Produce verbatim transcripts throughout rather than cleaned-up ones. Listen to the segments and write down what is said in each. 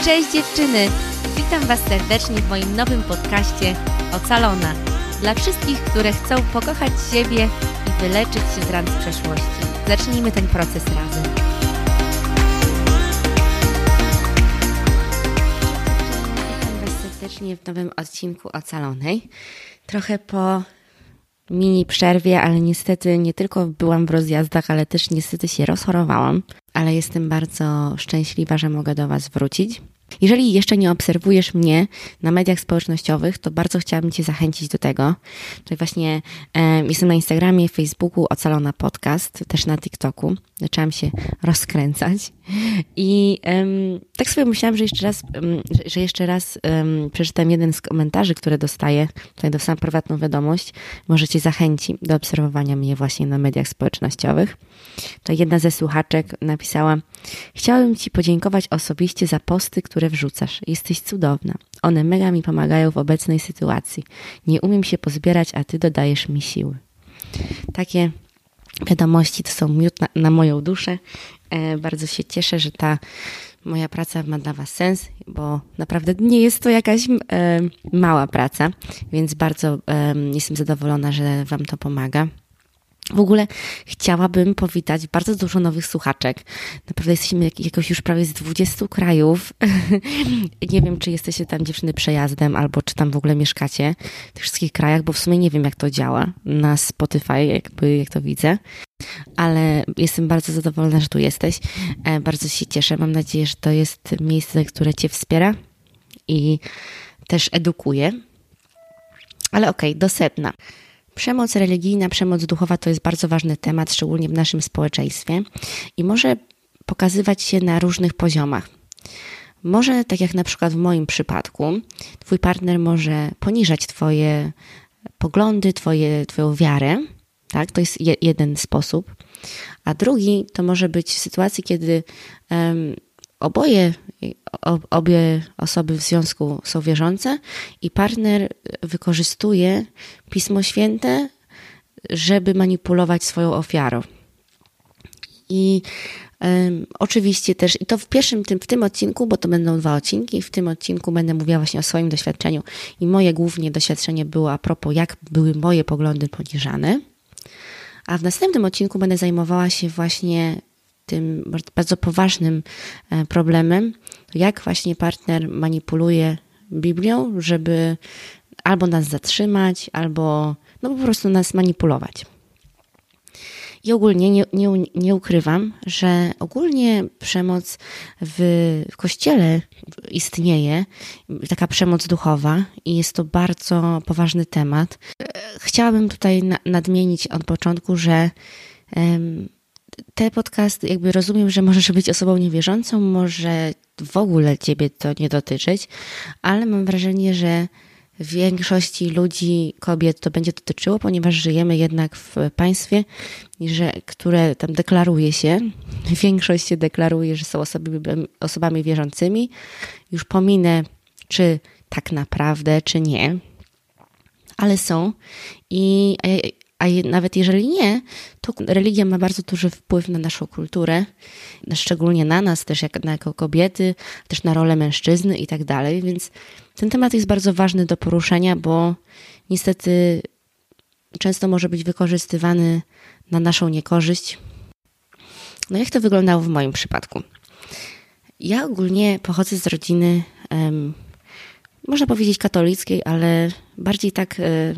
Cześć dziewczyny! Witam Was serdecznie w moim nowym podcaście Ocalona. Dla wszystkich, które chcą pokochać siebie i wyleczyć się z ran z przeszłości. Zacznijmy ten proces razem. Witam Was serdecznie w nowym odcinku Ocalonej. Trochę po mini przerwie, ale niestety nie tylko byłam w rozjazdach, ale też niestety się rozchorowałam. Ale jestem bardzo szczęśliwa, że mogę do Was wrócić. Jeżeli jeszcze nie obserwujesz mnie na mediach społecznościowych, to bardzo chciałabym Cię zachęcić do tego. Czyli właśnie e, jestem na Instagramie, Facebooku, Ocalona Podcast, też na TikToku. Zaczęłam się rozkręcać i e, tak sobie myślałam, że jeszcze raz, e, że, że jeszcze raz e, przeczytam jeden z komentarzy, które dostaję. Tutaj dostałam prywatną wiadomość. Może Cię zachęci do obserwowania mnie właśnie na mediach społecznościowych. To jedna ze słuchaczek napisała: chciałabym Ci podziękować osobiście za posty, które wrzucasz. Jesteś cudowna. One mega mi pomagają w obecnej sytuacji. Nie umiem się pozbierać, a Ty dodajesz mi siły. Takie wiadomości to są miód na, na moją duszę. E, bardzo się cieszę, że ta moja praca ma dla Was sens, bo naprawdę nie jest to jakaś e, mała praca, więc bardzo e, jestem zadowolona, że Wam to pomaga. W ogóle chciałabym powitać bardzo dużo nowych słuchaczek. Naprawdę jesteśmy jak, jakoś już prawie z dwudziestu krajów. Nie wiem, czy jesteście tam dziewczyny przejazdem, albo czy tam w ogóle mieszkacie w tych wszystkich krajach, bo w sumie nie wiem, jak to działa na Spotify, jakby jak to widzę. Ale jestem bardzo zadowolona, że tu jesteś. Bardzo się cieszę. Mam nadzieję, że to jest miejsce, które Cię wspiera i też edukuje. Ale okej, okay, do sedna. Przemoc religijna, przemoc duchowa to jest bardzo ważny temat, szczególnie w naszym społeczeństwie i może pokazywać się na różnych poziomach. Może, tak jak na przykład w moim przypadku, Twój partner może poniżać Twoje poglądy, twoje, Twoją wiarę, tak? To jest je, jeden sposób, a drugi to może być w sytuacji, kiedy um, oboje, obie osoby w związku są wierzące i partner wykorzystuje Pismo Święte, żeby manipulować swoją ofiarą. I um, oczywiście też, i to w pierwszym, tym, w tym odcinku, bo to będą dwa odcinki, w tym odcinku będę mówiła właśnie o swoim doświadczeniu i moje głównie doświadczenie było a propos, jak były moje poglądy poniżane, a w następnym odcinku będę zajmowała się właśnie tym bardzo poważnym problemem, jak właśnie partner manipuluje Biblią, żeby albo nas zatrzymać, albo no po prostu nas manipulować. I ogólnie nie, nie, nie ukrywam, że ogólnie przemoc w, w Kościele istnieje, taka przemoc duchowa i jest to bardzo poważny temat. Chciałabym tutaj na, nadmienić od początku, że um, te podcasty, jakby rozumiem, że możesz być osobą niewierzącą, może w ogóle Ciebie to nie dotyczyć, ale mam wrażenie, że większości ludzi, kobiet to będzie dotyczyło, ponieważ żyjemy jednak w państwie, że, które tam deklaruje się, większość się deklaruje, że są osoby, osobami wierzącymi. Już pominę, czy tak naprawdę, czy nie, ale są i A nawet jeżeli nie, to religia ma bardzo duży wpływ na naszą kulturę, szczególnie na nas też jak, na jako kobiety, też na rolę mężczyzny i tak dalej, więc ten temat jest bardzo ważny do poruszenia, bo niestety często może być wykorzystywany na naszą niekorzyść. No jak to wyglądało w moim przypadku? Ja ogólnie pochodzę z rodziny um, można powiedzieć katolickiej, ale bardziej tak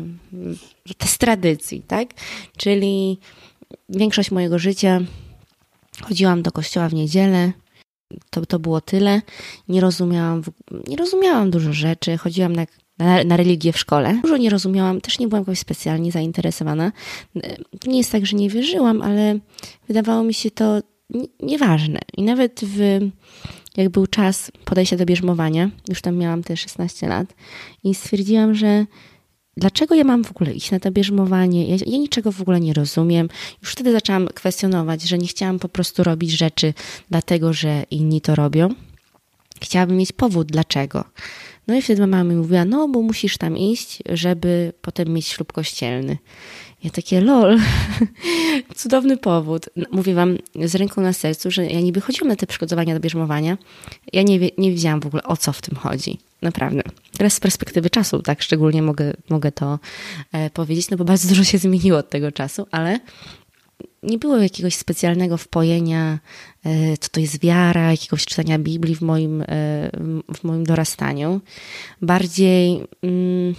z tradycji, tak? Czyli większość mojego życia chodziłam do kościoła w niedzielę, to, to było tyle. Nie rozumiałam, nie rozumiałam dużo rzeczy, chodziłam na, na, na religię w szkole. Dużo nie rozumiałam, też nie byłam jakoś specjalnie zainteresowana. To nie jest tak, że nie wierzyłam, ale wydawało mi się to nieważne. I nawet w jak był czas podejścia do bierzmowania, już tam miałam te szesnaście lat i stwierdziłam, że dlaczego ja mam w ogóle iść na to bierzmowanie? Ja, ja niczego w ogóle nie rozumiem. Już wtedy zaczęłam kwestionować, że nie chciałam po prostu robić rzeczy dlatego, że inni to robią. Chciałabym mieć powód dlaczego. No i wtedy mama mi mówiła, no bo musisz tam iść, żeby potem mieć ślub kościelny. Ja takie lol, cudowny powód. Mówię wam z ręką na sercu, że ja niby chodziłam na te przygotowania do bierzmowania. Ja nie, wie, nie wiedziałam w ogóle, o co w tym chodzi. Naprawdę. Teraz z perspektywy czasu, tak szczególnie mogę, mogę to e, powiedzieć, no bo bardzo dużo się zmieniło od tego czasu, ale nie było jakiegoś specjalnego wpojenia, e, co to jest wiara, jakiegoś czytania Biblii w moim, e, w moim dorastaniu. Bardziej... Mm,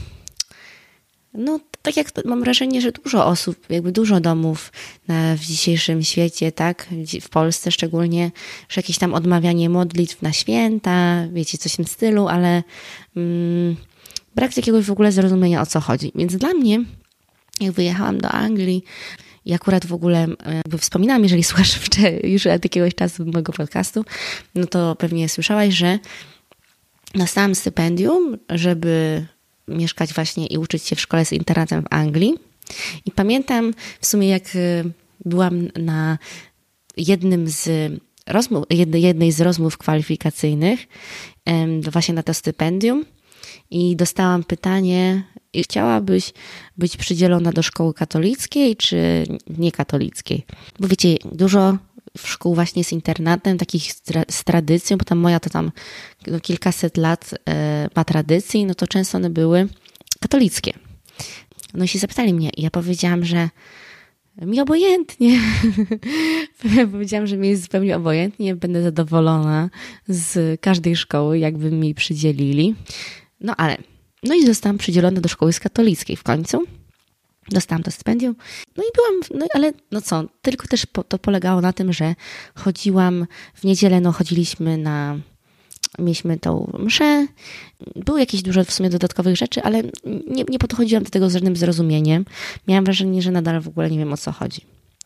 No, tak jak mam wrażenie, że dużo osób, jakby dużo domów na, w dzisiejszym świecie, tak, w Polsce szczególnie, że jakieś tam odmawianie modlitw na święta, wiecie, coś w tym stylu, ale mm, brak jakiegoś w ogóle zrozumienia, o co chodzi. Więc dla mnie, jak wyjechałam do Anglii i akurat w ogóle jakby wspominałam, jeżeli słuchasz już od jakiegoś czasu mojego podcastu, no to pewnie słyszałaś, że dostałam stypendium, żeby mieszkać właśnie i uczyć się w szkole z internatem w Anglii. I pamiętam w sumie, jak byłam na jednym z rozmów, jednej z rozmów kwalifikacyjnych właśnie na to stypendium i dostałam pytanie, chciałabyś być przydzielona do szkoły katolickiej czy niekatolickiej? Bo wiecie, dużo w szkół właśnie z internatem, takich z tradycją, bo tam moja to tam no, kilkaset lat e, ma tradycji, no to często one były katolickie. No i się zapytali mnie i ja powiedziałam, że mi obojętnie. Powiedziałam, że mi jest zupełnie obojętnie, będę zadowolona z każdej szkoły, jakby mi przydzielili. No ale, no i zostałam przydzielona do szkoły katolickiej w końcu. Dostałam to stypendium. No i byłam, no ale no co, tylko też po, to polegało na tym, że chodziłam w niedzielę, no chodziliśmy na, mieliśmy tą mszę. Były jakieś dużo w sumie dodatkowych rzeczy, ale nie, nie podchodziłam do tego z żadnym zrozumieniem. Miałam wrażenie, że nadal w ogóle nie wiem, o co chodzi.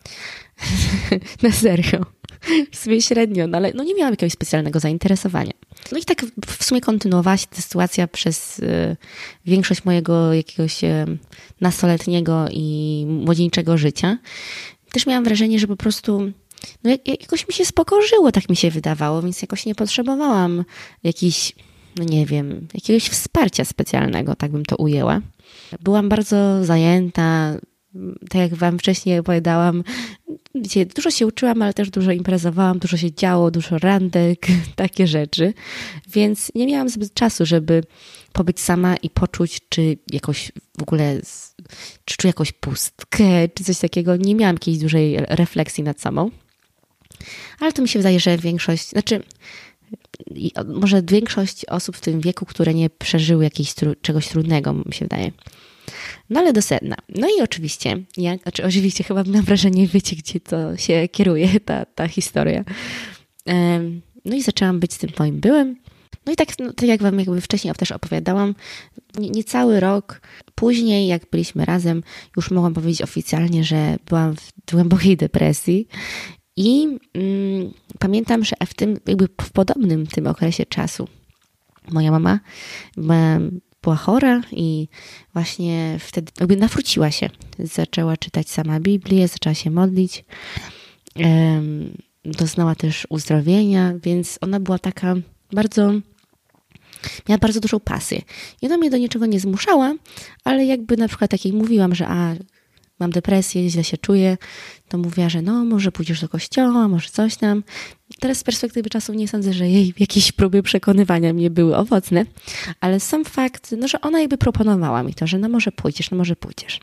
Na serio. W sumie średnio, no ale no nie miałam jakiegoś specjalnego zainteresowania. No i tak w sumie kontynuowała się ta sytuacja przez y, większość mojego jakiegoś y, nastoletniego i młodzieńczego życia. Też miałam wrażenie, że po prostu no jak, jakoś mi się spokorzyło, tak mi się wydawało, więc jakoś nie potrzebowałam jakiejś, no nie wiem, jakiegoś wsparcia specjalnego, tak bym to ujęła. Byłam bardzo zajęta, tak jak wam wcześniej opowiadałam, wiecie, dużo się uczyłam, ale też dużo imprezowałam, dużo się działo, dużo randek, takie rzeczy, więc nie miałam zbyt czasu, żeby pobyć sama i poczuć, czy jakoś w ogóle, czy czuję jakąś pustkę, czy coś takiego. Nie miałam jakiejś dużej refleksji nad sobą, ale to mi się wydaje, że większość, znaczy może większość osób w tym wieku, które nie przeżyły jakiegoś czegoś trudnego, mi się wydaje. No ale do sedna. No i oczywiście, ja, znaczy oczywiście chyba mam wrażenie, wiecie, gdzie to się kieruje, ta, ta historia. No i zaczęłam być z tym moim byłym. No i tak, no, tak jak wam jakby wcześniej też opowiadałam, niecały rok później, jak byliśmy razem, już mogłam powiedzieć oficjalnie, że byłam w głębokiej depresji. I mm, pamiętam, że w tym, jakby w podobnym tym okresie czasu moja mama była chora i właśnie wtedy jakby nawróciła się. Zaczęła czytać sama Biblię, zaczęła się modlić. Um, doznała też uzdrowienia, więc ona była taka bardzo, miała bardzo dużą pasję. I ona mnie do niczego nie zmuszała, ale jakby na przykład tak jak mówiłam, że a, mam depresję, źle się czuję, to mówiła, że no może pójdziesz do kościoła, może coś tam. Teraz z perspektywy czasu nie sądzę, że jej jakieś próby przekonywania mnie były owocne, ale sam fakt, no, że ona jakby proponowała mi to, że no może pójdziesz, no może pójdziesz.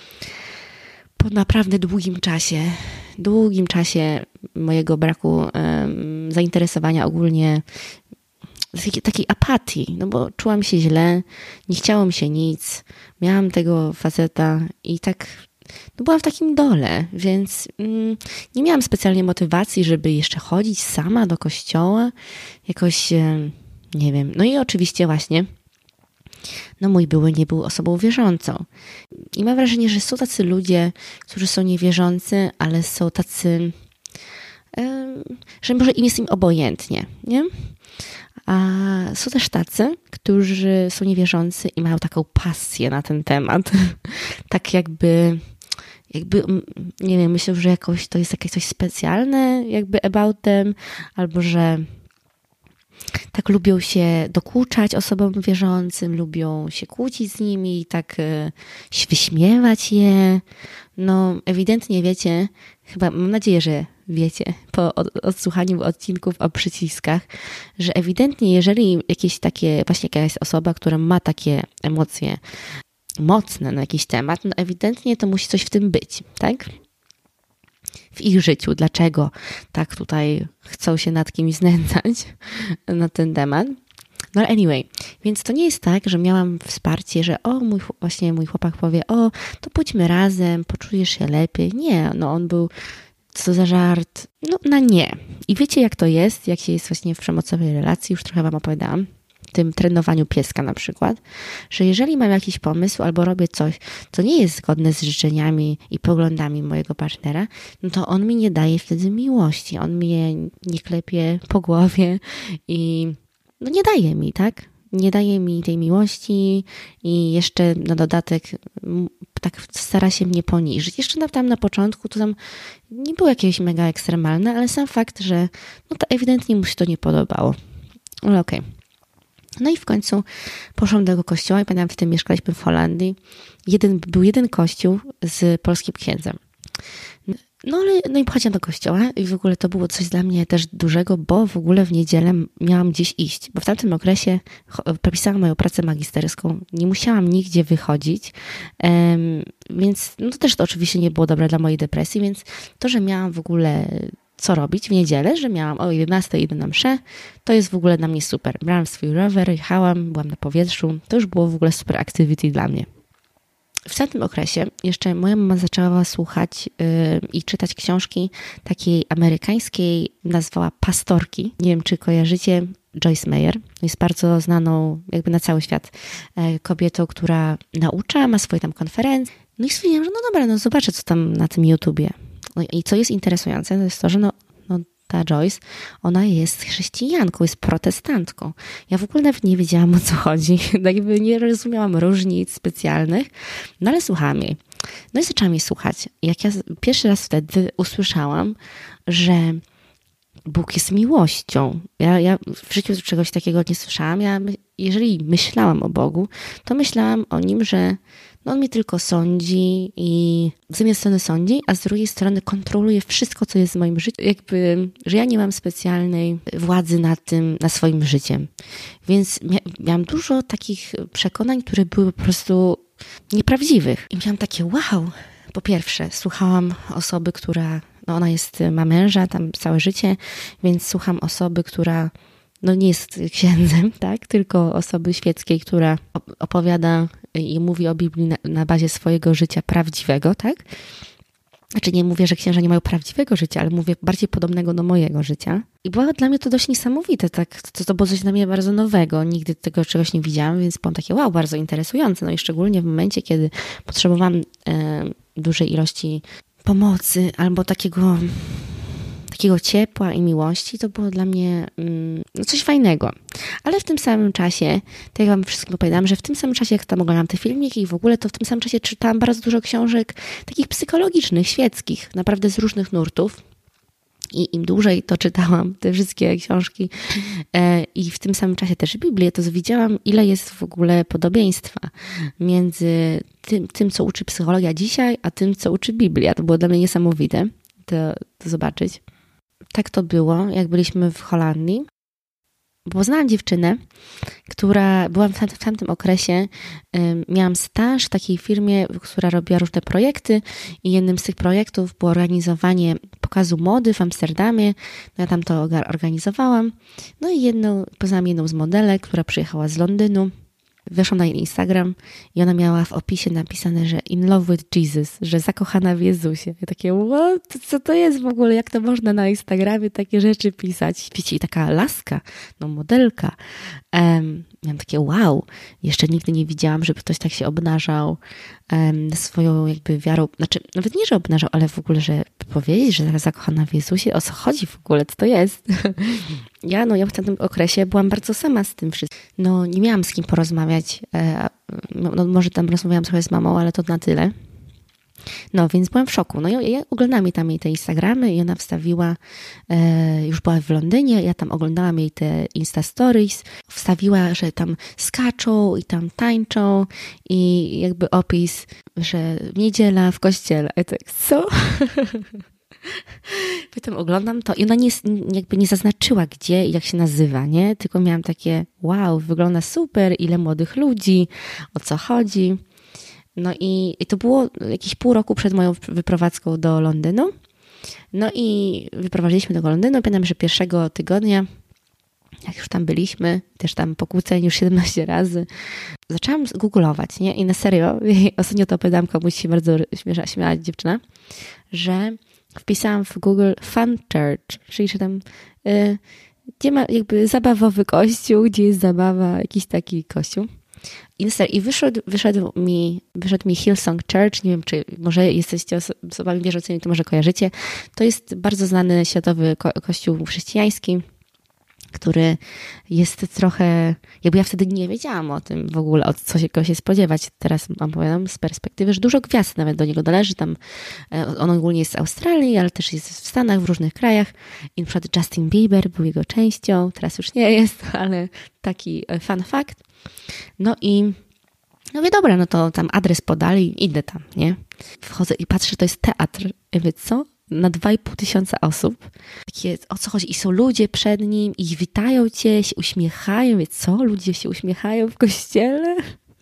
Po naprawdę długim czasie, długim czasie mojego braku um, zainteresowania ogólnie, takiej, takiej apatii, no bo czułam się źle, nie chciało mi się nic, miałam tego faceta i tak no byłam w takim dole, więc mm, nie miałam specjalnie motywacji, żeby jeszcze chodzić sama do kościoła, jakoś, e, nie wiem. No i oczywiście właśnie, no mój były nie był osobą wierzącą. I mam wrażenie, że są tacy ludzie, którzy są niewierzący, ale są tacy, e, że może im jest im obojętnie, nie? A są też tacy, którzy są niewierzący i mają taką pasję na ten temat. Tak jakby, jakby, nie wiem, myślę, że jakoś to jest jakieś coś specjalne jakby about them, albo że tak lubią się dokuczać osobom wierzącym, lubią się kłócić z nimi, tak e, się wyśmiewać je. No ewidentnie wiecie, chyba mam nadzieję, że wiecie po odsłuchaniu odcinków o przyciskach, że ewidentnie jeżeli jakieś takie, właśnie jakaś osoba, która ma takie emocje mocne na jakiś temat, no ewidentnie to musi coś w tym być, tak? W ich życiu. Dlaczego tak tutaj chcą się nad kimś znęcać na ten temat? No ale anyway, więc to nie jest tak, że miałam wsparcie, że o, mój, właśnie mój chłopak powie, o, to pójdźmy razem, poczujesz się lepiej. Nie, no on był, co za żart, no na nie. I wiecie jak to jest, jak się jest właśnie w przemocowej relacji, już trochę wam opowiadałam, tym trenowaniu pieska na przykład, że jeżeli mam jakiś pomysł albo robię coś, co nie jest zgodne z życzeniami i poglądami mojego partnera, no to on mi nie daje wtedy miłości. On mnie nie klepie po głowie i no nie daje mi, tak? Nie daje mi tej miłości i jeszcze na dodatek tak stara się mnie poniżyć. Jeszcze tam na początku to tam nie było jakieś mega ekstremalne, ale sam fakt, że no to ewidentnie mu się to nie podobało. Ale okej. Okay. No i w końcu poszłam do tego kościoła i pamiętam, wtedy mieszkaliśmy w Holandii. Jeden, był jeden kościół z polskim księdzem. No ale no i pochodziłam do kościoła i w ogóle to było coś dla mnie też dużego, bo w ogóle w niedzielę miałam gdzieś iść, bo w tamtym okresie prepisałam moją pracę magisterską, nie musiałam nigdzie wychodzić, um, więc no to też to oczywiście nie było dobre dla mojej depresji, więc to, że miałam w ogóle co robić w niedzielę, że miałam o jedenastej idę na mszę, to jest w ogóle dla mnie super. Brałam swój rower, jechałam, byłam na powietrzu, to już było w ogóle super activity dla mnie. W tamtym okresie jeszcze moja mama zaczęła słuchać yy, i czytać książki takiej amerykańskiej, nazwała Pastorki. Nie wiem, czy kojarzycie Joyce Meyer. Jest bardzo znaną jakby na cały świat yy, kobietą, która naucza, ma swoje tam konferencje. No i stwierdziłam, że no dobra, no zobaczę, co tam na tym YouTubie. No i co jest interesujące, to jest to, że no, no ta Joyce, ona jest chrześcijanką, jest protestantką. Ja w ogóle nawet nie wiedziałam, o co chodzi. Jakby nie rozumiałam różnic specjalnych, no ale słuchałam jej. No i zaczęłam jej słuchać. Jak ja pierwszy raz wtedy usłyszałam, że Bóg jest miłością. Ja, ja w życiu czegoś takiego nie słyszałam. Ja, jeżeli myślałam o Bogu, to myślałam o Nim, że no on mnie tylko sądzi i z jednej strony sądzi, a z drugiej strony kontroluje wszystko, co jest w moim życiu. Jakby, że ja nie mam specjalnej władzy nad tym, nad swoim życiem. Więc mia- miałam dużo takich przekonań, które były po prostu nieprawdziwych. I miałam takie wow. Po pierwsze, słuchałam osoby, która, no ona jest, ma męża tam całe życie, więc słucham osoby, która no nie jest księdzem, tak, tylko osoby świeckiej, która opowiada i mówi o Biblii na, na bazie swojego życia prawdziwego, tak? Znaczy nie mówię, że księża nie mają prawdziwego życia, ale mówię bardziej podobnego do mojego życia. I było dla mnie to dość niesamowite, tak? To, to było coś dla mnie bardzo nowego. Nigdy tego czegoś nie widziałam, więc byłam takie wow, bardzo interesujące. No i szczególnie w momencie, kiedy potrzebowałam e, dużej ilości pomocy albo takiego... takiego ciepła i miłości, to było dla mnie mm, no coś fajnego. Ale w tym samym czasie, tak jak wam wszystkim opowiadałam, że w tym samym czasie, jak tam oglądałam te filmiki i w ogóle, to w tym samym czasie czytałam bardzo dużo książek takich psychologicznych, świeckich, naprawdę z różnych nurtów. I im dłużej to czytałam, te wszystkie książki e, i w tym samym czasie też Biblię, to widziałam, ile jest w ogóle podobieństwa między tym, tym, co uczy psychologia dzisiaj, a tym, co uczy Biblia. To było dla mnie niesamowite to, to zobaczyć. Tak to było, jak byliśmy w Holandii. Poznałam dziewczynę, która byłam w, tam, w tamtym okresie, y, miałam staż w takiej firmie, która robiła różne projekty i jednym z tych projektów było organizowanie pokazu mody w Amsterdamie. No ja tam to organizowałam. No i jedną, poznałam jedną z modelek, która przyjechała z Londynu. Weszłam na jej Instagram i ona miała w opisie napisane, że in love with Jesus, że zakochana w Jezusie. Ja takie, what? Co to jest w ogóle? Jak to można na Instagramie takie rzeczy pisać? Wiecie, i taka laska, no modelka. Um, miałam takie wow, jeszcze nigdy nie widziałam, żeby ktoś tak się obnażał um, swoją jakby wiarą. Znaczy, nawet nie, że obnażał, ale w ogóle, że powiedzieć, że zakochana w Jezusie, o co chodzi w ogóle, co to jest? Ja, no ja w tamtym okresie byłam bardzo sama z tym wszystkim. No nie miałam z kim porozmawiać. No może tam rozmawiałam trochę z mamą, ale to na tyle. No, więc byłam w szoku. No i ja oglądałam jej tam jej te Instagramy i ona wstawiła, e, już była w Londynie, ja tam oglądałam jej te Insta Stories, wstawiła, że tam skaczą i tam tańczą i jakby opis, że niedziela w kościele. Ja tak, co? Potem oglądam to i ona nie, jakby nie zaznaczyła gdzie i jak się nazywa, nie? Tylko miałam takie, wow, wygląda super, ile młodych ludzi, o co chodzi. No i, i to było jakieś pół roku przed moją wyprowadzką do Londynu. No i wyprowadziliśmy do Londynu. Pamiętam, że pierwszego tygodnia, jak już tam byliśmy, też tam pokłóceni już siedemnaście razy, zaczęłam googlować, nie? I na serio, ostatnio to opowiadałam komuś, się bardzo śmiała, śmiała dziewczyna, że wpisałam w Google Fun Church, czyli że tam y, gdzie ma jakby zabawowy kościół, gdzie jest zabawa, jakiś taki kościół. I, i wyszedł, wyszedł, mi, wyszedł mi Hillsong Church, nie wiem, czy może jesteście osobami wierzącymi, to może kojarzycie. To jest bardzo znany światowy ko- kościół chrześcijański, który jest trochę, jakby ja wtedy nie wiedziałam o tym w ogóle, o co się, się spodziewać. Teraz mam powiadam z perspektywy, że dużo gwiazd nawet do niego należy. Tam on ogólnie jest z Australii, ale też jest w Stanach, w różnych krajach. I na przykład Justin Bieber był jego częścią, teraz już nie jest, ale taki fun fact. No i no mówię, dobra, no to tam adres podali, idę tam, nie? Wchodzę i patrzę, to jest teatr. Ja mówię, co? Na dwa i pół tysiąca osób. Takie, o co chodzi? I są ludzie przed nim i witają cię, się uśmiechają. Mówię, co? Ludzie się uśmiechają w kościele?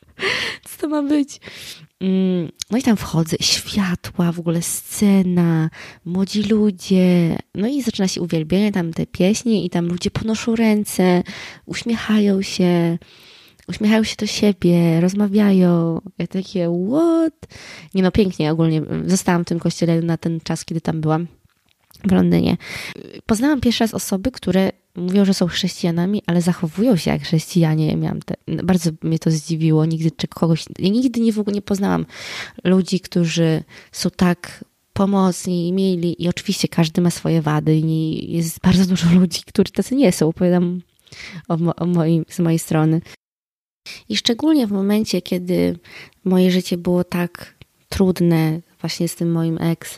Co to ma być? No i tam wchodzę, światła, w ogóle scena, młodzi ludzie. No i zaczyna się uwielbienie, tam te pieśni i tam ludzie podnoszą ręce, uśmiechają się. Uśmiechają się do siebie, rozmawiają. Ja takie, what? Nie no, pięknie ogólnie. Zostałam w tym kościele na ten czas, kiedy tam byłam w Londynie. Poznałam pierwszy raz osoby, które mówią, że są chrześcijanami, ale zachowują się jak chrześcijanie. Ja miałam te, bardzo mnie to zdziwiło. Nigdy czy kogoś, ja nigdy nie, w ogóle nie poznałam ludzi, którzy są tak pomocni i mili. I oczywiście każdy ma swoje wady i jest bardzo dużo ludzi, którzy tacy nie są. Opowiadam o, mo, o moim, z mojej strony. I szczególnie w momencie, kiedy moje życie było tak trudne, właśnie z tym moim ex,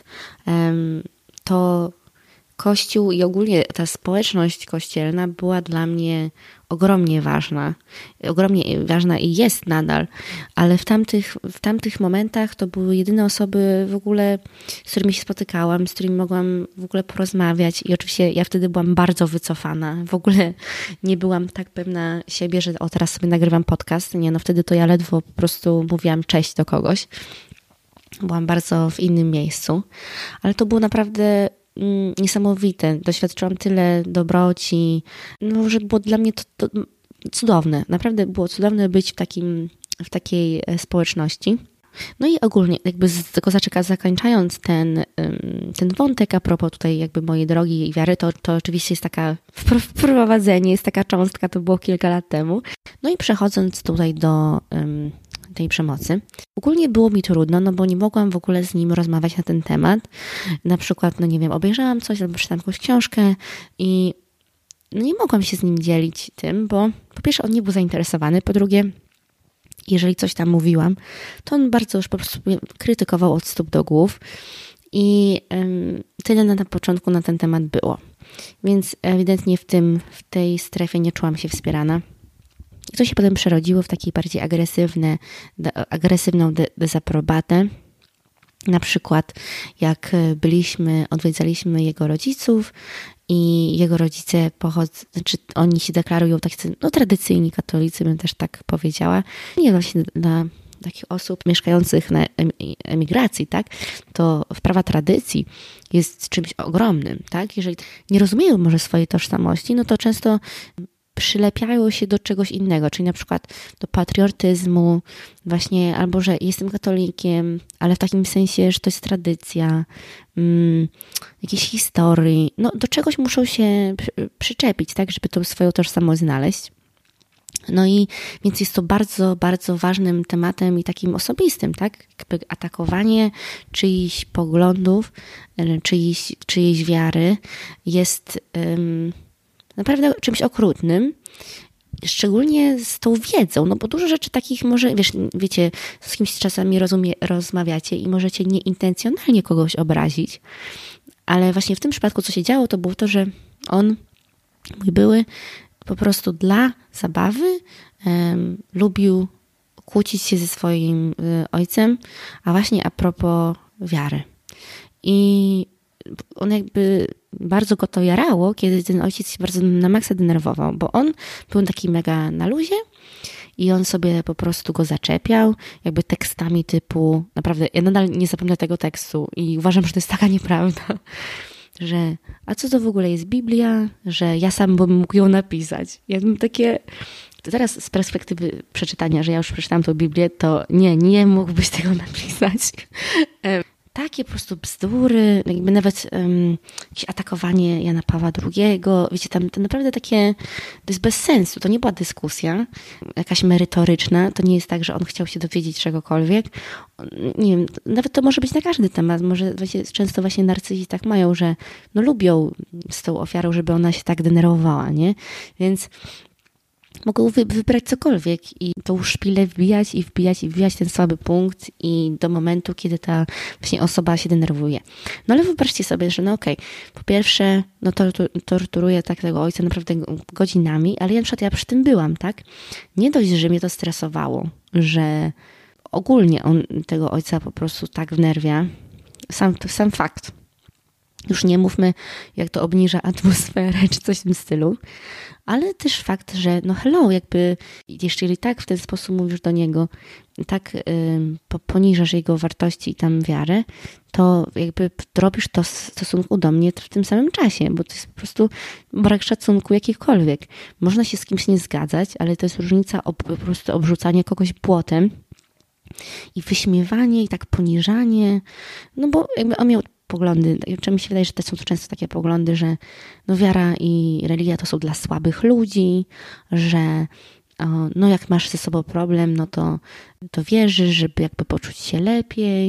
to Kościół i ogólnie ta społeczność kościelna była dla mnie ogromnie ważna. Ogromnie ważna i jest nadal, ale w tamtych, w tamtych momentach to były jedyne osoby w ogóle, z którymi się spotykałam, z którymi mogłam w ogóle porozmawiać i oczywiście ja wtedy byłam bardzo wycofana. W ogóle nie byłam tak pewna siebie, że o teraz sobie nagrywam podcast. Nie, no wtedy to ja ledwo po prostu mówiłam cześć do kogoś. Byłam bardzo w innym miejscu, ale to było naprawdę niesamowite. Doświadczyłam tyle dobroci, no, że było dla mnie to, to cudowne. Naprawdę było cudowne być w, takim, w takiej społeczności. No i ogólnie, jakby z, tylko zakończając ten, ten wątek a propos tutaj jakby mojej drogi i wiary, to, to oczywiście jest taka wprowadzenie, jest taka cząstka, to było kilka lat temu. No i przechodząc tutaj do um, tej przemocy. Ogólnie było mi trudno, no bo nie mogłam w ogóle z nim rozmawiać na ten temat. Na przykład, no nie wiem, obejrzałam coś albo przeczytałam jakąś książkę i no nie mogłam się z nim dzielić tym, bo po pierwsze on nie był zainteresowany, po drugie jeżeli coś tam mówiłam, to on bardzo już po prostu krytykował od stóp do głów i um, tyle na, na początku na ten temat było. Więc ewidentnie w tym, w tej strefie nie czułam się wspierana. I to się potem przerodziło w takiej bardziej agresywne, de, agresywną de, dezaprobatę. Na przykład jak byliśmy, odwiedzaliśmy jego rodziców i jego rodzice pochodzą, znaczy oni się deklarują tak, no tradycyjni katolicy, bym też tak powiedziała. Nie właśnie dla takich osób mieszkających na emigracji, tak, to wprawa tradycji jest czymś ogromnym, tak. Jeżeli nie rozumieją może swojej tożsamości, no to często przylepiają się do czegoś innego, czyli na przykład do patriotyzmu, właśnie, albo że jestem katolikiem, ale w takim sensie, że to jest tradycja, um, jakiejś historii, no do czegoś muszą się przy, przyczepić, tak, żeby tą swoją tożsamość znaleźć. No i więc jest to bardzo, bardzo ważnym tematem i takim osobistym, tak, jakby atakowanie czyichś poglądów, czyichś, czyjejś wiary jest um, naprawdę czymś okrutnym szczególnie z tą wiedzą, no bo dużo rzeczy takich może, wiesz, wiecie, z kimś czasami rozumie, rozmawiacie i możecie nieintencjonalnie kogoś obrazić, ale właśnie w tym przypadku, co się działo, to było to, że on, mój były, po prostu dla zabawy um, lubił kłócić się ze swoim y, ojcem, a właśnie a propos wiary. I on jakby bardzo go to jarało, kiedy ten ojciec się bardzo na maksa denerwował, bo on był taki mega na luzie i on sobie po prostu go zaczepiał, jakby tekstami typu, naprawdę, ja nadal nie zapomnę tego tekstu i uważam, że to jest taka nieprawda, że a co to w ogóle jest Biblia, że ja sam bym mógł ją napisać. Ja bym takie, teraz z perspektywy przeczytania, że ja już przeczytałam tą Biblię, to nie, nie mógłbyś tego napisać. Takie po prostu bzdury, jakby nawet um, jakieś atakowanie Jana Pawła drugiego. Wiecie, tam to naprawdę takie, to jest bez sensu. To nie była dyskusja jakaś merytoryczna. To nie jest tak, że on chciał się dowiedzieć czegokolwiek. Nie wiem, nawet to może być na każdy temat. Może wiecie, często właśnie narcyzi tak mają, że no lubią z tą ofiarą, żeby ona się tak denerwowała, nie? Więc mogą wy, wybrać cokolwiek i tą szpilę wbijać i wbijać i wbijać ten słaby punkt i do momentu, kiedy ta właśnie osoba się denerwuje. No ale wyobraźcie sobie, że no okej, okay, po pierwsze, no tortur, torturuję tak tego ojca naprawdę godzinami, ale ja na przykład ja przy tym byłam, tak? Nie dość, że mnie to stresowało, że ogólnie on tego ojca po prostu tak wnerwia. Sam, to sam fakt. Już nie mówmy, jak to obniża atmosferę, czy coś w tym stylu. Ale też fakt, że no hello, jakby jeśli tak w ten sposób mówisz do niego, tak y, poniżasz jego wartości i tam wiarę, to jakby robisz to w stosunku do mnie w tym samym czasie, bo to jest po prostu brak szacunku jakikolwiek. Można się z kimś nie zgadzać, ale to jest różnica ob, po prostu obrzucania kogoś błotem i wyśmiewanie i tak poniżanie, no bo jakby on miał poglądy, czy mi się wydaje, że to są to często takie poglądy, że no wiara i religia to są dla słabych ludzi, że no jak masz ze sobą problem, no to, to wierzysz, żeby jakby poczuć się lepiej.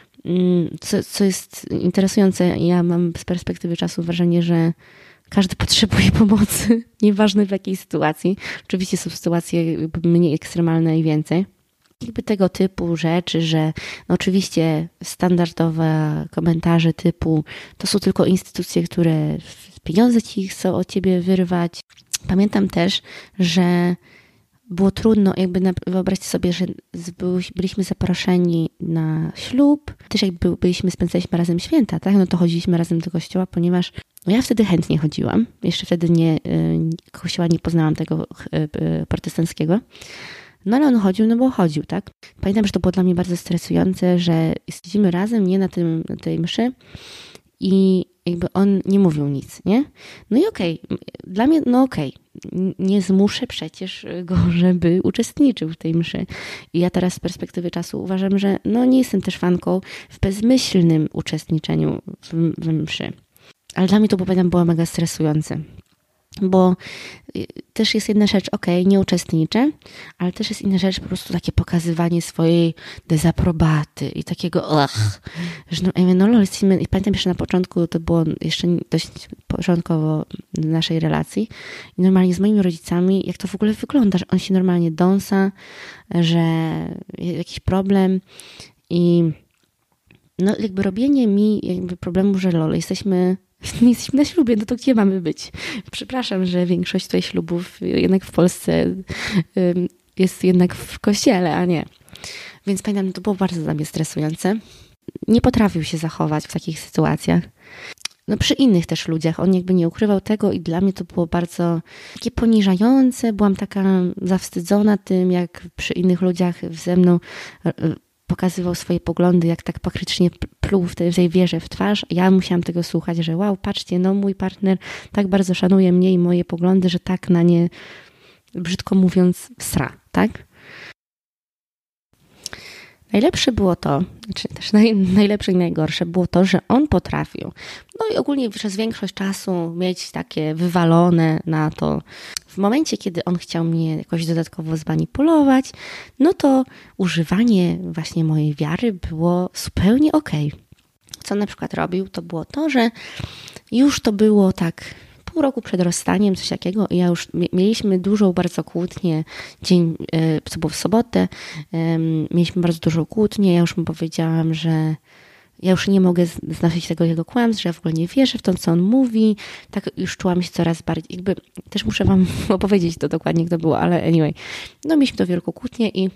Co, co jest interesujące, ja mam z perspektywy czasu wrażenie, że każdy potrzebuje pomocy, nieważne w jakiej sytuacji. Oczywiście są sytuacje mniej ekstremalne i więcej. Jakby tego typu rzeczy, że no oczywiście standardowe komentarze typu to są tylko instytucje, które pieniądze ci chcą od ciebie wyrwać. Pamiętam też, że było trudno, jakby na, wyobraźcie sobie, że byliśmy zaproszeni na ślub, też jakby byliśmy, spędzaliśmy razem święta, tak? No to chodziliśmy razem do kościoła, ponieważ no ja wtedy chętnie chodziłam. Jeszcze wtedy nie, kościoła nie poznałam tego protestanckiego. No ale on chodził, no bo chodził, tak? Pamiętam, że to było dla mnie bardzo stresujące, że siedzimy razem, nie na, tym, na tej mszy i jakby on nie mówił nic, nie? No i okej, okay. Dla mnie, no okej, okay. Nie zmuszę przecież go, żeby uczestniczył w tej mszy. I ja teraz z perspektywy czasu uważam, że no nie jestem też fanką w bezmyślnym uczestniczeniu w, w mszy. Ale dla mnie to, pamiętam, było mega stresujące. Bo też jest jedna rzecz, okej, okay, nie uczestniczę, ale też jest inna rzecz, po prostu takie pokazywanie swojej dezaprobaty i takiego ugh, że no, no lol, i pamiętam jeszcze na początku, to było jeszcze dość początkowo naszej relacji i normalnie z moimi rodzicami, jak to w ogóle wygląda, że on się normalnie dąsa, że jakiś problem i no jakby robienie mi jakby problemu, że lol, jesteśmy nie jesteśmy na ślubie, no to gdzie mamy być? Przepraszam, że większość tutaj ślubów jednak w Polsce jest jednak w kościele, a nie. Więc pamiętam, to było bardzo dla mnie stresujące. Nie potrafił się zachować w takich sytuacjach. No przy innych też ludziach. On jakby nie ukrywał tego i dla mnie to było bardzo takie poniżające. Byłam taka zawstydzona tym, jak przy innych ludziach ze mną pokazywał swoje poglądy, jak tak pokrycznie pluł w tej, w tej wierze w twarz. Ja musiałam tego słuchać, że wow, patrzcie, no mój partner tak bardzo szanuje mnie i moje poglądy, że tak na nie, brzydko mówiąc, sra, tak? Najlepsze było to, czy też naj, najlepsze i najgorsze było to, że on potrafił, no i ogólnie przez większość czasu mieć takie wywalone na to. W momencie, kiedy on chciał mnie jakoś dodatkowo zmanipulować, no to używanie właśnie mojej wiary było zupełnie okej. Co na przykład robił, to było to, że już to było tak pół roku przed rozstaniem, coś takiego. I ja już mieliśmy dużą bardzo kłótnię, dzień, co było w sobotę, mieliśmy bardzo dużą kłótnię. Ja już mu powiedziałam, że ja już nie mogę znosić tego jego kłamstw, że ja w ogóle nie wierzę w to, co on mówi. Tak już czułam się coraz bardziej, jakby też muszę wam opowiedzieć to dokładnie, jak to było, ale anyway. No mieliśmy to wielką kłótnię i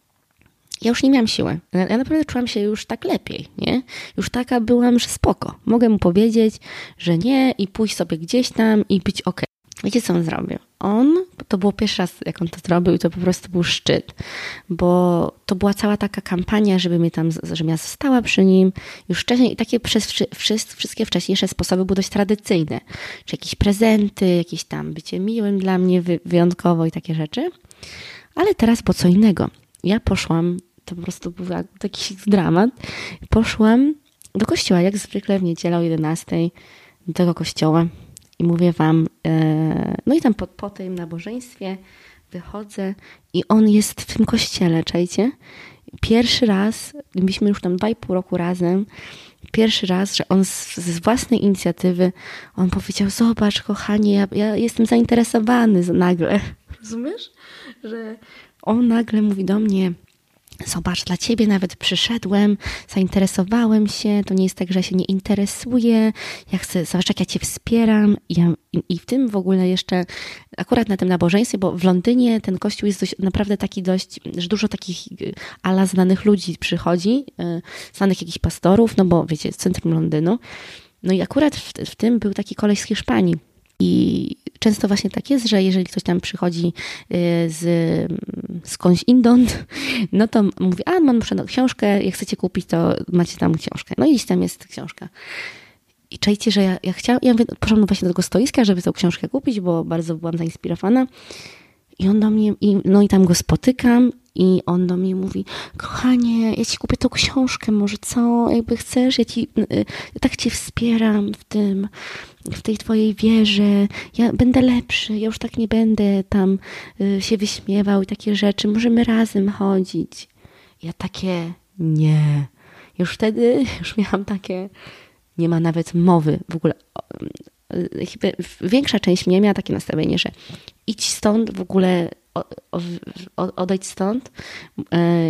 ja już nie miałam siły. Ja naprawdę czułam się już tak lepiej, nie? Już taka byłam, że spoko. Mogę mu powiedzieć, że nie i pójść sobie gdzieś tam i być okej. Wiecie, co on zrobił? On, to było pierwszy raz, jak on to zrobił i to po prostu był szczyt, bo to była cała taka kampania, żeby mnie tam, żebym ja została przy nim już wcześniej i takie przez wszystkie wcześniejsze sposoby były dość tradycyjne. Czy jakieś prezenty, jakieś tam bycie miłym dla mnie wyjątkowo i takie rzeczy. Ale teraz po co innego. Ja poszłam, to po prostu był taki dramat, poszłam do kościoła, jak zwykle w niedzielę o jedenastej do tego kościoła. I mówię wam, no i tam po, po tym nabożeństwie wychodzę i on jest w tym kościele, czajcie? Pierwszy raz, byliśmy już tam dwa i pół roku razem, pierwszy raz, że on z, z własnej inicjatywy, on powiedział, zobacz kochanie, ja, ja jestem zainteresowany nagle. Rozumiesz? Że on nagle mówi do mnie, zobacz, dla ciebie nawet przyszedłem, zainteresowałem się, to nie jest tak, że ja się nie interesuję, ja chcę, zobacz, jak ja cię wspieram. I, ja, i, i w tym w ogóle jeszcze, akurat na tym nabożeństwie, bo w Londynie ten kościół jest dość, naprawdę taki dość, że dużo takich ala znanych ludzi przychodzi, znanych jakichś pastorów, no bo wiecie, centrum Londynu. No i akurat w, w tym był taki koleś z Hiszpanii. I często właśnie tak jest, że jeżeli ktoś tam przychodzi z skądś inąd, no to mówi, a mam muszę książkę, jak chcecie kupić, to macie tam książkę. No i gdzieś tam jest książka. I czajcie, że ja, ja chciałam, ja poszłam właśnie do tego stoiska, żeby tą książkę kupić, bo bardzo byłam zainspirowana. I on do mnie, i, no i tam go spotykam i on do mnie mówi, kochanie, ja ci kupię tą książkę, może co, jakby chcesz, ja ci, ja tak cię wspieram w tym, w tej twojej wierze, ja będę lepszy, ja już tak nie będę tam y, się wyśmiewał i takie rzeczy, możemy razem chodzić. Ja takie, nie. Już wtedy, już miałam takie, nie ma nawet mowy w ogóle. Chyba większa część mnie miała takie nastawienie, że idź stąd w ogóle, o, o, odejdź stąd yy,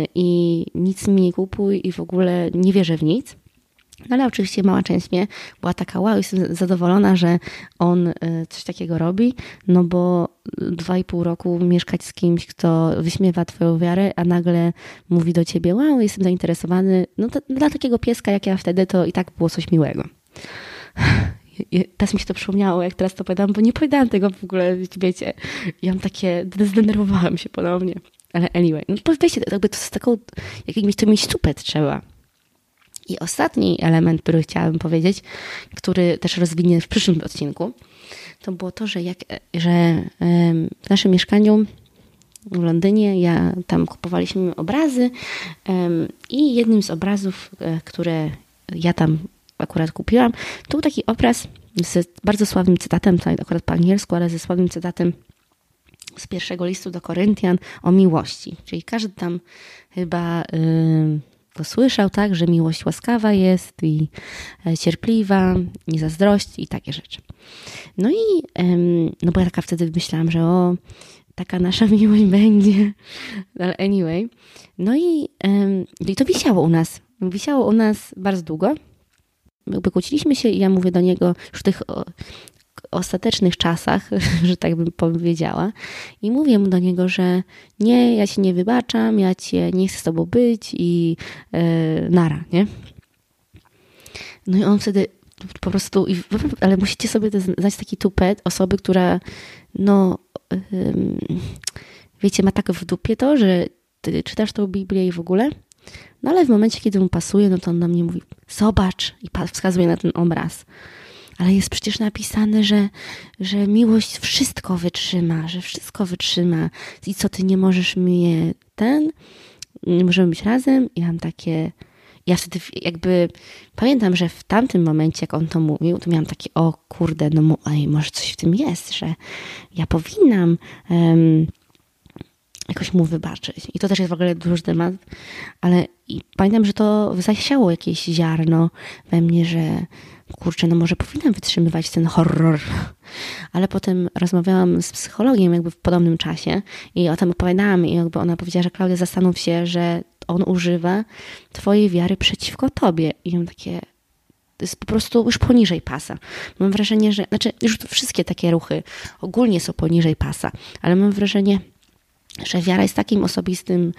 i nic mi nie kupuj i w ogóle nie wierzę w nic. No ale oczywiście mała część mnie była taka, wow, jestem zadowolona, że on yy, coś takiego robi, no bo dwa i pół roku mieszkać z kimś, kto wyśmiewa twoją wiarę, a nagle mówi do ciebie, wow, jestem zainteresowany. No to dla takiego pieska jak ja wtedy to i tak było coś miłego. Teraz mi się to przypomniało, jak teraz to powiedziałam, bo nie powiedziałam tego w ogóle, wiecie. Ja mam takie, zdenerwowałam się ponownie. Ale anyway, no powiedzcie, jakby to z taką, jakimś to mieć tupet trzeba. I ostatni element, który chciałabym powiedzieć, który też rozwinię w przyszłym odcinku, to było to, że, jak, że w naszym mieszkaniu w Londynie, ja tam kupowaliśmy obrazy i jednym z obrazów, które ja tam akurat kupiłam, to był taki obraz z bardzo sławnym cytatem, to akurat po angielsku, ale ze sławnym cytatem z pierwszego listu do Koryntian o miłości. Czyli każdy tam chyba yy, go słyszał, tak, że miłość łaskawa jest i yy, cierpliwa, nie zazdrości i takie rzeczy. No i yy, no bo ja taka wtedy myślałam, że o, taka nasza miłość będzie. Ale anyway. No i, yy, i to wisiało u nas. Wisiało u nas bardzo długo. Jakby kłóciliśmy się i ja mówię do niego już w tych o, ostatecznych czasach, że tak bym powiedziała, i mówię mu do niego, że nie, ja ci nie wybaczam, ja cię nie chcę z tobą być i yy, nara, nie? No i on wtedy po prostu, ale musicie sobie znać taki tupet osoby, która no yy, wiecie, ma tak w dupie to, że ty czytasz tą Biblię i w ogóle. No ale w momencie, kiedy mu pasuje, no to on na mnie mówi, zobacz, i wskazuje na ten obraz. Ale jest przecież napisane, że, że miłość wszystko wytrzyma, że wszystko wytrzyma. I co, ty nie możesz mnie ten, nie możemy być razem? I ja mam takie, ja wtedy jakby pamiętam, że w tamtym momencie, jak on to mówił, to miałam takie, o kurde, no ej, może coś w tym jest, że ja powinnam um, jakoś mu wybaczyć. I to też jest w ogóle duży temat, ale i pamiętam, że to zasiało jakieś ziarno we mnie, że kurczę, no może powinnam wytrzymywać ten horror. Ale potem rozmawiałam z psychologiem jakby w podobnym czasie i o tym opowiadałam i jakby ona powiedziała, że Klaudia, zastanów się, że on używa twojej wiary przeciwko tobie. I mam takie, to jest po prostu już poniżej pasa. Mam wrażenie, że, znaczy już wszystkie takie ruchy ogólnie są poniżej pasa, ale mam wrażenie, że wiara jest takim osobistym,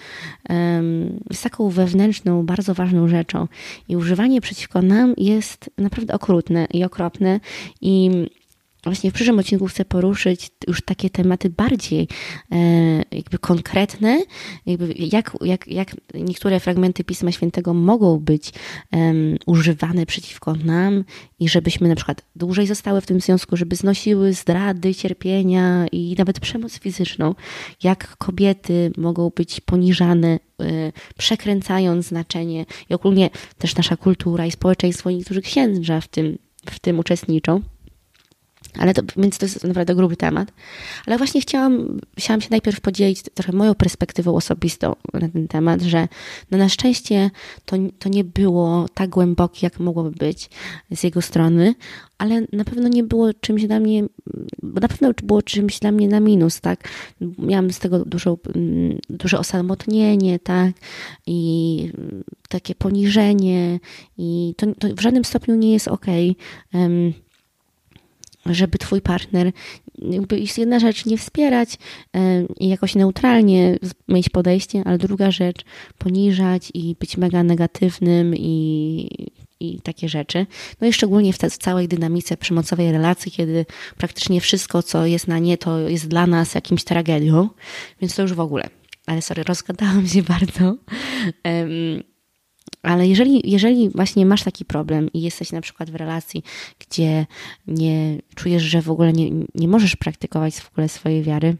jest taką wewnętrzną, bardzo ważną rzeczą i używanie przeciwko nam jest naprawdę okrutne i okropne i właśnie w przyszłym odcinku chcę poruszyć już takie tematy bardziej e, jakby konkretne, jakby jak, jak, jak niektóre fragmenty Pisma Świętego mogą być um, używane przeciwko nam i żebyśmy na przykład dłużej zostały w tym związku, żeby znosiły zdrady, cierpienia i nawet przemoc fizyczną. Jak kobiety mogą być poniżane, e, przekręcając znaczenie i ogólnie też nasza kultura i społeczeństwo, niektórzy księża w tym, w tym uczestniczą. Ale to, więc to jest naprawdę gruby temat. Ale właśnie chciałam, chciałam się najpierw podzielić trochę moją perspektywą osobistą na ten temat, że no na szczęście to, to nie było tak głębokie, jak mogłoby być z jego strony, ale na pewno nie było czymś dla mnie, bo na pewno było czymś dla mnie na minus, tak? Miałam z tego dużo, duże osamotnienie, tak? I takie poniżenie i to, to w żadnym stopniu nie jest okej. Um, żeby twój partner, jakby jest jedna rzecz nie wspierać i jakoś neutralnie mieć podejście, ale druga rzecz poniżać i być mega negatywnym i, i takie rzeczy. No i szczególnie w, te, w całej dynamice przemocowej relacji, kiedy praktycznie wszystko, co jest na nie, to jest dla nas jakimś tragedią, więc to już w ogóle. Ale sorry, rozgadałam się bardzo. Um, Ale jeżeli, jeżeli właśnie masz taki problem i jesteś na przykład w relacji, gdzie nie czujesz, że w ogóle nie, nie możesz praktykować w ogóle swojej wiary,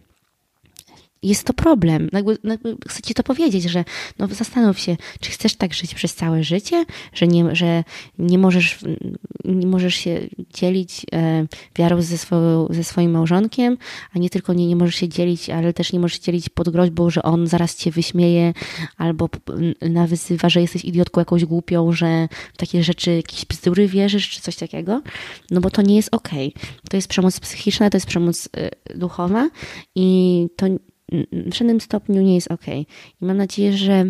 jest to problem. Jakby, jakby chcę ci to powiedzieć, że no zastanów się, czy chcesz tak żyć przez całe życie, że nie, że nie, możesz, nie możesz się dzielić e, wiarą ze, swoją, ze swoim małżonkiem, a nie tylko nie, nie możesz się dzielić, ale też nie możesz się dzielić pod groźbą, że on zaraz cię wyśmieje albo nawyzywa, że jesteś idiotką jakąś głupią, że w takie rzeczy, jakieś bzdury wierzysz, czy coś takiego. No bo to nie jest okej. To jest przemoc psychiczna, to jest przemoc y, duchowa i to w żadnym stopniu nie jest okej. I mam nadzieję, że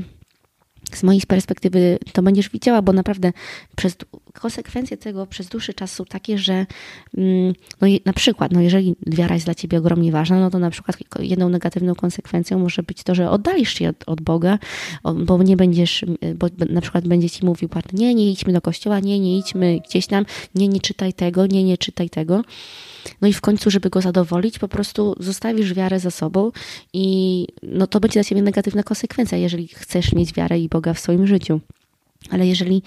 z mojej perspektywy to będziesz widziała, bo naprawdę przez konsekwencje tego przez dłuższy czas są takie, że no na przykład, no jeżeli wiara jest dla ciebie ogromnie ważna, no to na przykład jedną negatywną konsekwencją może być to, że oddalisz się od, od Boga, bo nie będziesz, bo na przykład będzie ci mówił partner, nie, nie idźmy do kościoła, nie, nie idźmy gdzieś tam, nie, nie czytaj tego, nie, nie czytaj tego. No i w końcu, żeby go zadowolić, po prostu zostawisz wiarę za sobą i no to będzie dla ciebie negatywna konsekwencja, jeżeli chcesz mieć wiarę i Boga w swoim życiu. Ale jeżeli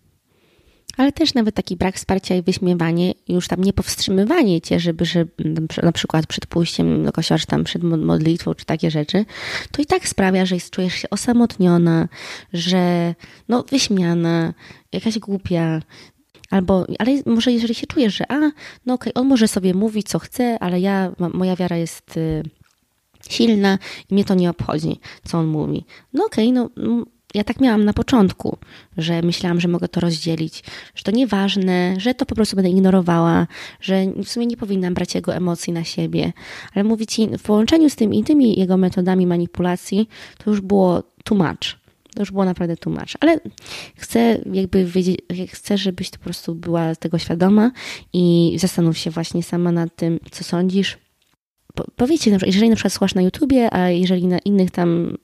ale też nawet taki brak wsparcia i wyśmiewanie, już tam nie powstrzymywanie cię, żeby, że na przykład przed pójściem do kościoła, czy tam przed modlitwą, czy takie rzeczy, to i tak sprawia, że czujesz się osamotniona, że no wyśmiana, jakaś głupia. Albo, ale może jeżeli się czujesz, że a, no okej, okay, on może sobie mówić co chce, ale ja, moja wiara jest y, silna i mnie to nie obchodzi, co on mówi. No okej, okay, no ja tak miałam na początku, że myślałam, że mogę to rozdzielić, że to nieważne, że to po prostu będę ignorowała, że w sumie nie powinnam brać jego emocji na siebie. Ale mówię ci, w połączeniu z tym i tymi jego metodami manipulacji, to już było too much. To już było naprawdę too much. Ale chcę jakby wiedzieć, chcę, żebyś po prostu była tego świadoma i zastanów się właśnie sama nad tym, co sądzisz. Po, powiedzcie, jeżeli na przykład słuchasz na YouTubie, a jeżeli na innych tam,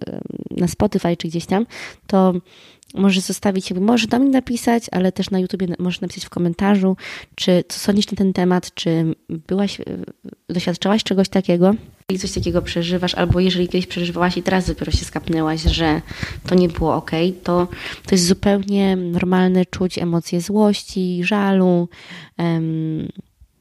na Spotify czy gdzieś tam, to możesz zostawić, jakby możesz tam napisać, ale też na YouTubie możesz napisać w komentarzu, czy co sądzisz na ten temat, czy byłaś, doświadczałaś czegoś takiego, jeżeli coś takiego przeżywasz, albo jeżeli kiedyś przeżywałaś i teraz dopiero się skapnęłaś, że to nie było okej, to to jest zupełnie normalne czuć emocje złości, żalu. Um,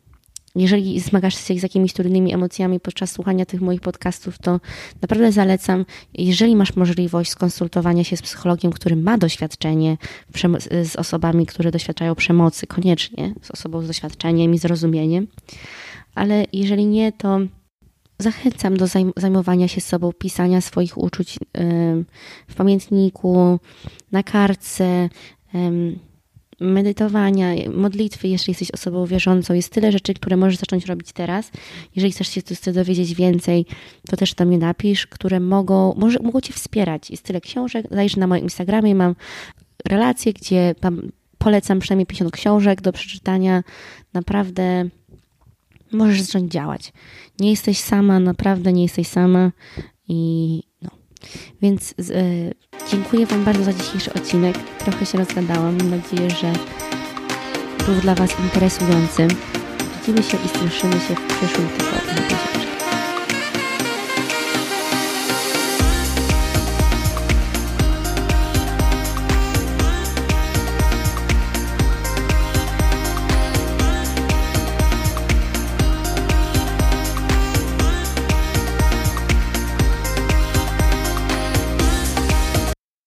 Jeżeli zmagasz się z jakimiś trudnymi emocjami podczas słuchania tych moich podcastów, to naprawdę zalecam, jeżeli masz możliwość skonsultowania się z psychologiem, który ma doświadczenie z osobami, które doświadczają przemocy, koniecznie z osobą z doświadczeniem i zrozumieniem, ale jeżeli nie, to zachęcam do zajmowania się sobą, pisania swoich uczuć w pamiętniku, na kartce, medytowania, modlitwy, jeśli jesteś osobą wierzącą. Jest tyle rzeczy, które możesz zacząć robić teraz. Jeżeli chcesz się chcesz dowiedzieć więcej, to też do mnie napisz, które mogą, może, mogą Cię wspierać. Jest tyle książek. Zajrzyj na moim Instagramie, mam relacje, gdzie tam polecam przynajmniej pięćdziesiąt książek do przeczytania. Naprawdę możesz zacząć działać. Nie jesteś sama, naprawdę nie jesteś sama i no. Więc yy, dziękuję Wam bardzo za dzisiejszy odcinek. Trochę się rozgadałam. Mam nadzieję, że był dla Was interesujący. Widzimy się i słyszymy się w przyszłym tygodniu.